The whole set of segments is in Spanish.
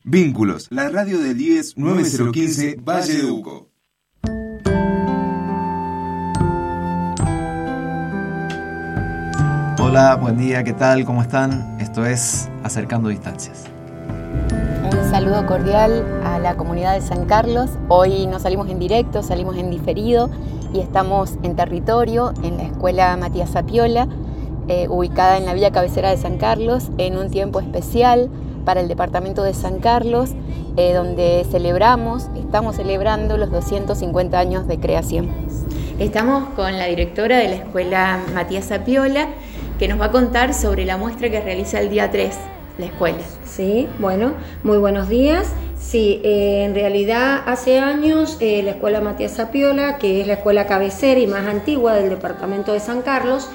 Vínculos, la radio del IES 9015 Valle de Uco. Hola, buen día, ¿qué tal? ¿Cómo están? Esto es Acercando Distancias. Un saludo cordial a la comunidad de San Carlos. Hoy no salimos en directo, salimos en diferido y estamos en territorio en la Escuela Matías Sapiola, ubicada en la villa cabecera de San Carlos, en un tiempo especial para el departamento de San Carlos, donde estamos celebrando los 250 años de creación. Estamos con la directora de la Escuela Matías Sapiola, que nos va a contar sobre la muestra que realiza el día 3 la escuela. Sí, bueno, muy buenos días. Sí, en realidad hace años la Escuela Matías Sapiola, que es la escuela cabecera y más antigua del departamento de San Carlos,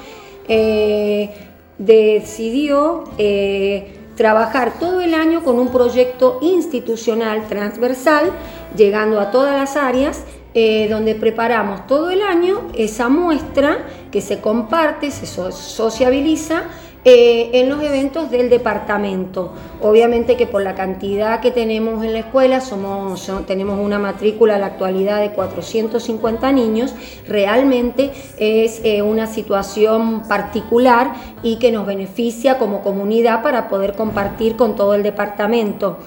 decidió trabajar todo el año con un proyecto institucional transversal, llegando a todas las áreas, donde preparamos todo el año esa muestra que se comparte, se sociabiliza en los eventos del departamento. Obviamente que por la cantidad que tenemos en la escuela, tenemos una matrícula a la actualidad de 450 niños, realmente es una situación particular y que nos beneficia como comunidad para poder compartir con todo el departamento.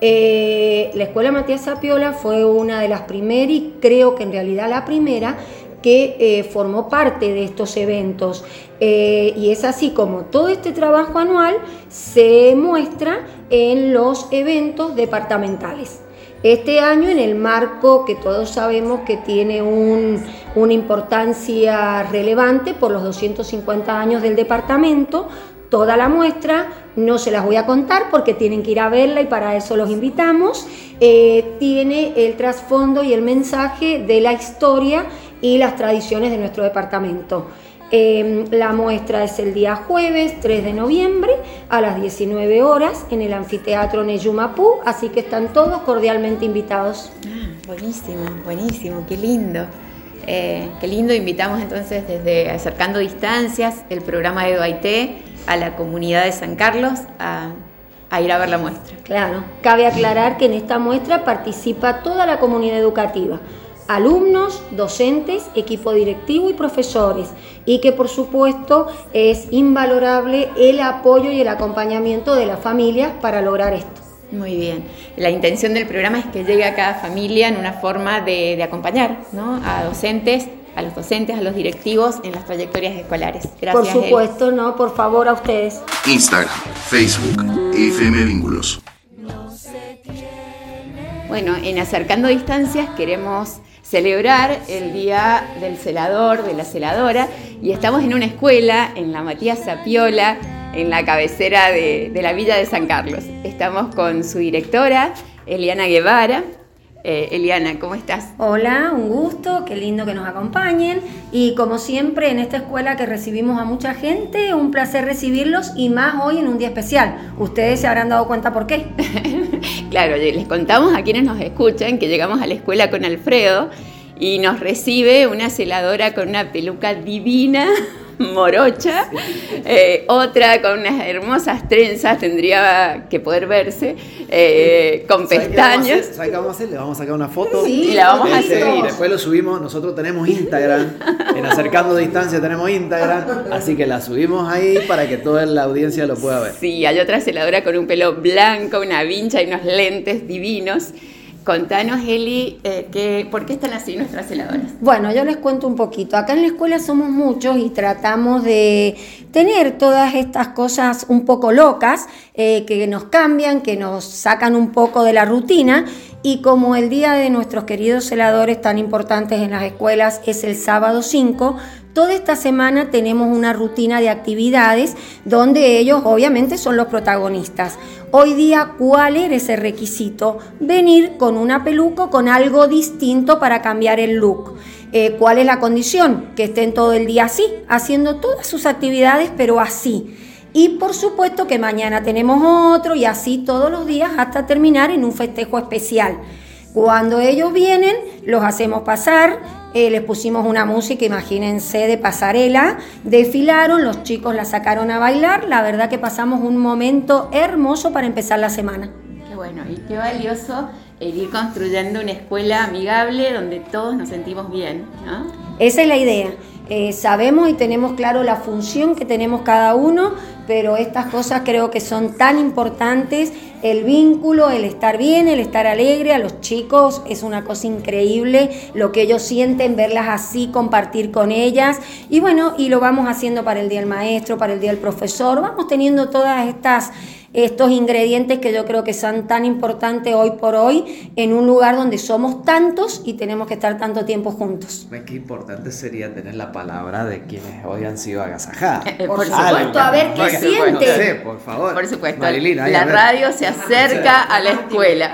La Escuela Matías Sapiola fue una de las primeras y creo que en realidad la primera que formó parte de estos eventos, y es así como todo este trabajo anual se muestra en los eventos departamentales. Este año, en el marco que todos sabemos que tiene una importancia relevante por los 250 años del departamento, toda la muestra, no se las voy a contar porque tienen que ir a verla y para eso los invitamos, tiene el trasfondo y el mensaje de la historia y las tradiciones de nuestro departamento. La muestra es el día jueves 3 de noviembre a las 19 horas en el anfiteatro Neyumapú, así que están todos cordialmente invitados. Buenísimo, qué lindo. Qué lindo, invitamos entonces desde Acercando Distancias, el programa de EduAIT, a la comunidad de San Carlos a ir a ver la muestra. Claro, cabe aclarar que en esta muestra participa toda la comunidad educativa, alumnos, docentes, equipo directivo y profesores, y que por supuesto es invalorable el apoyo y el acompañamiento de las familias para lograr esto. Muy bien. La intención del programa es que llegue a cada familia en una forma de acompañar, ¿no? A los docentes, a los directivos en las trayectorias escolares. Gracias. Por supuesto, no, por favor, a ustedes. Instagram, Facebook, FM Vínculos. Bueno, en Acercando Distancias queremos celebrar el Día del Celador, de la Celadora, y estamos en una escuela, en la Matías Sapiola, en la cabecera de la villa de San Carlos. Estamos con su directora, Eliana Guevara. Eliana, ¿cómo estás? Hola, un gusto, qué lindo que nos acompañen, y como siempre en esta escuela que recibimos a mucha gente, un placer recibirlos y más hoy en un día especial. Ustedes se habrán dado cuenta por qué. Claro, les contamos a quienes nos escuchan que llegamos a la escuela con Alfredo y nos recibe una celadora con una peluca divina, morocha, otra con unas hermosas trenzas, tendría que poder verse, con pestañas. ¿Sabes qué vamos a hacer? Le vamos a sacar una foto y la vamos a subir. Y después lo subimos. Nosotros tenemos Instagram, en Acercando Distancia tenemos Instagram, así que la subimos ahí para que toda la audiencia lo pueda ver. Sí, hay otra celadora con un pelo blanco, una vincha y unos lentes divinos. Contanos, Eli, ¿por qué están así nuestras celadoras? Bueno, yo les cuento un poquito. Acá en la escuela somos muchos y tratamos de tener todas estas cosas un poco locas, que nos cambian, que nos sacan un poco de la rutina. Y como el día de nuestros queridos celadores tan importantes en las escuelas es el sábado 5, toda esta semana tenemos una rutina de actividades donde ellos obviamente son los protagonistas. Hoy día, ¿cuál era ese requisito? Venir con una peluca, con algo distinto para cambiar el look. ¿Cuál es la condición? Que estén todo el día así, haciendo todas sus actividades, pero así. Y por supuesto que mañana tenemos otro y así todos los días hasta terminar en un festejo especial. Cuando ellos vienen, los hacemos pasar, les pusimos una música, imagínense, de pasarela, desfilaron, los chicos la sacaron a bailar, la verdad que pasamos un momento hermoso para empezar la semana. Qué bueno y qué valioso el ir construyendo una escuela amigable donde todos nos sentimos bien, ¿no? Esa es la idea. Sabemos y tenemos claro la función que tenemos cada uno, pero estas cosas creo que son tan importantes. El vínculo, el estar bien, el estar alegre, a los chicos es una cosa increíble lo que ellos sienten, verlas así, compartir con ellas. Y bueno, y lo vamos haciendo para el Día del Maestro, para el Día del Profesor. Vamos teniendo todas estos ingredientes que yo creo que son tan importantes hoy por hoy en un lugar donde somos tantos y tenemos que estar tanto tiempo juntos. Qué importante sería tener la palabra de quienes hoy han sido agasajadas. Por supuesto, a ver qué siente. No sé, por favor. Por supuesto, Marilyn, la radio se acerca a la escuela.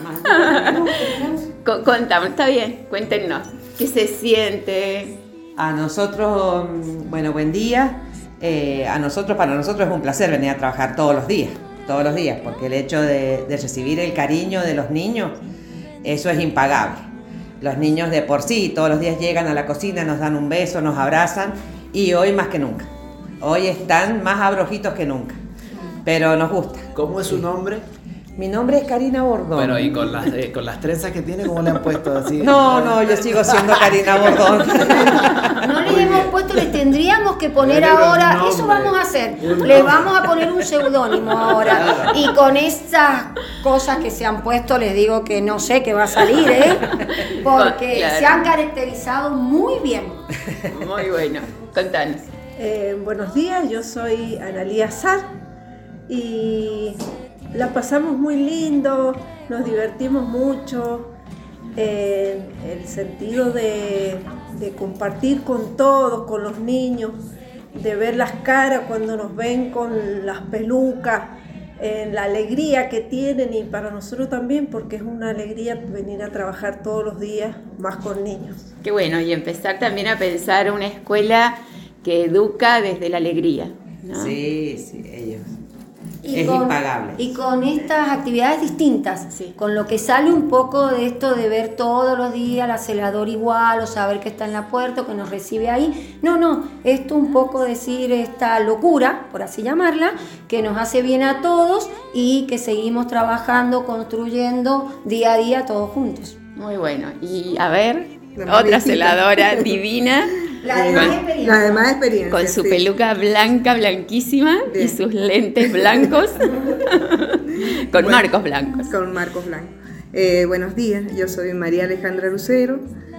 Contame, está bien, cuéntenos, ¿qué se siente? A nosotros, bueno, buen día. Para nosotros es un placer venir a trabajar todos los días, porque el hecho de recibir el cariño de los niños, eso es impagable. Los niños de por sí todos los días llegan a la cocina, nos dan un beso, nos abrazan, y hoy más que nunca. Hoy están más abrojitos que nunca, pero nos gusta. ¿Cómo es su nombre? Mi nombre es Karina Bordón. Bueno, y con las trenzas que tiene, ¿cómo le han puesto así? No, yo sigo siendo Karina Bordón. No les hemos puesto, les tendríamos que poner ahora, nombre, eso vamos a hacer, les vamos a poner un seudónimo ahora. Y con estas cosas que se han puesto, les digo que no sé qué va a salir, porque Claro. se han caracterizado muy bien. Muy bueno, contanos. Buenos días, yo soy Analía Sar y la pasamos muy lindo, nos divertimos mucho, el sentido de compartir con todos, con los niños, de ver las caras cuando nos ven con las pelucas, la alegría que tienen, y para nosotros también, porque es una alegría venir a trabajar todos los días más con niños. Qué bueno, y empezar también a pensar una escuela que educa desde la alegría, ¿no? Sí, ellos. Es impagable. Y con estas actividades distintas, Sí. con lo que sale un poco de esto de ver todos los días la celadora igual, o saber que está en la puerta, o que nos recibe ahí. No, esto un poco decir esta locura, por así llamarla, que nos hace bien a todos y que seguimos trabajando, construyendo día a día todos juntos. Muy bueno, y a ver, La más otra viejita. celadora divina. La de más experiencia. La de más experiencia. Con su sí. peluca blanca, blanquísima, Bien. y sus lentes blancos, con marcos blancos. Con Marcos Blanco. Buenos días, yo soy María Alejandra Lucero.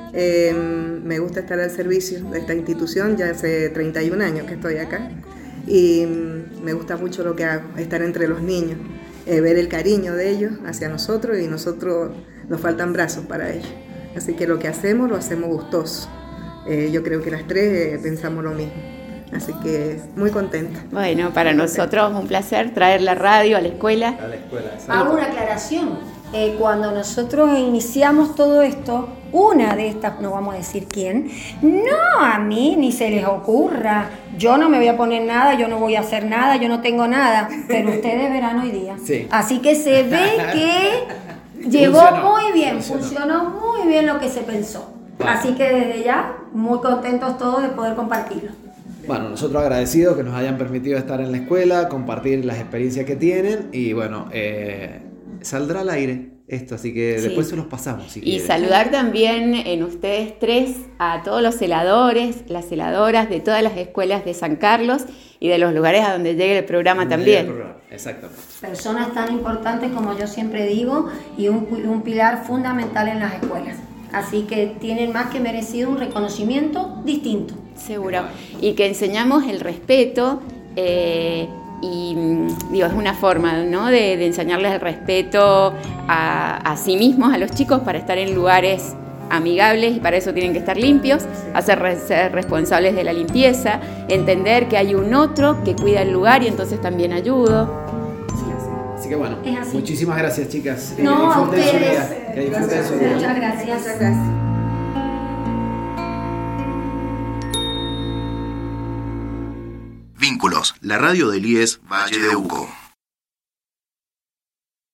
Me gusta estar al servicio de esta institución, ya hace 31 años que estoy acá. Y me gusta mucho lo que hago, estar entre los niños, ver el cariño de ellos hacia nosotros, y nosotros nos faltan brazos para ellos. Así que lo que hacemos, lo hacemos gustoso. Yo creo que las tres pensamos lo mismo, así que muy contenta. Bueno, para nosotros un placer traer la radio a la escuela. Hago una aclaración. Cuando nosotros iniciamos todo esto, una de estas, no vamos a decir quién, no, a mí ni se les ocurra, yo no me voy a poner nada, yo no voy a hacer nada, yo no tengo nada, pero ustedes verán hoy día. Sí. Así que se ve que llegó muy bien, funcionó muy bien lo que se pensó. Así que desde ya, muy contentos todos de poder compartirlo. Bueno, nosotros agradecidos que nos hayan permitido estar en la escuela, compartir las experiencias que tienen, y bueno, saldrá al aire esto, así que Sí. después se los pasamos. Si Y quieren. saludar también en ustedes tres a todos los celadores, las celadoras de todas las escuelas de San Carlos y de los lugares a donde llegue el programa también. Exactamente. Personas tan importantes como yo siempre digo, y un pilar fundamental en las escuelas. Así que tienen más que merecido un reconocimiento distinto. Seguro. Y que enseñamos el respeto y digo, es una forma, ¿no?, de enseñarles el respeto a sí mismos, a los chicos, para estar en lugares amigables, y para eso tienen que estar limpios, ser responsables de la limpieza, entender que hay un otro que cuida el lugar y entonces también ayudo. Así que bueno, Es así. muchísimas gracias, chicas. Que No, a disfruten su ustedes. día, que disfruten su día. Muchas gracias. Muchas gracias. Vínculos, la radio del IES Valle de Uco.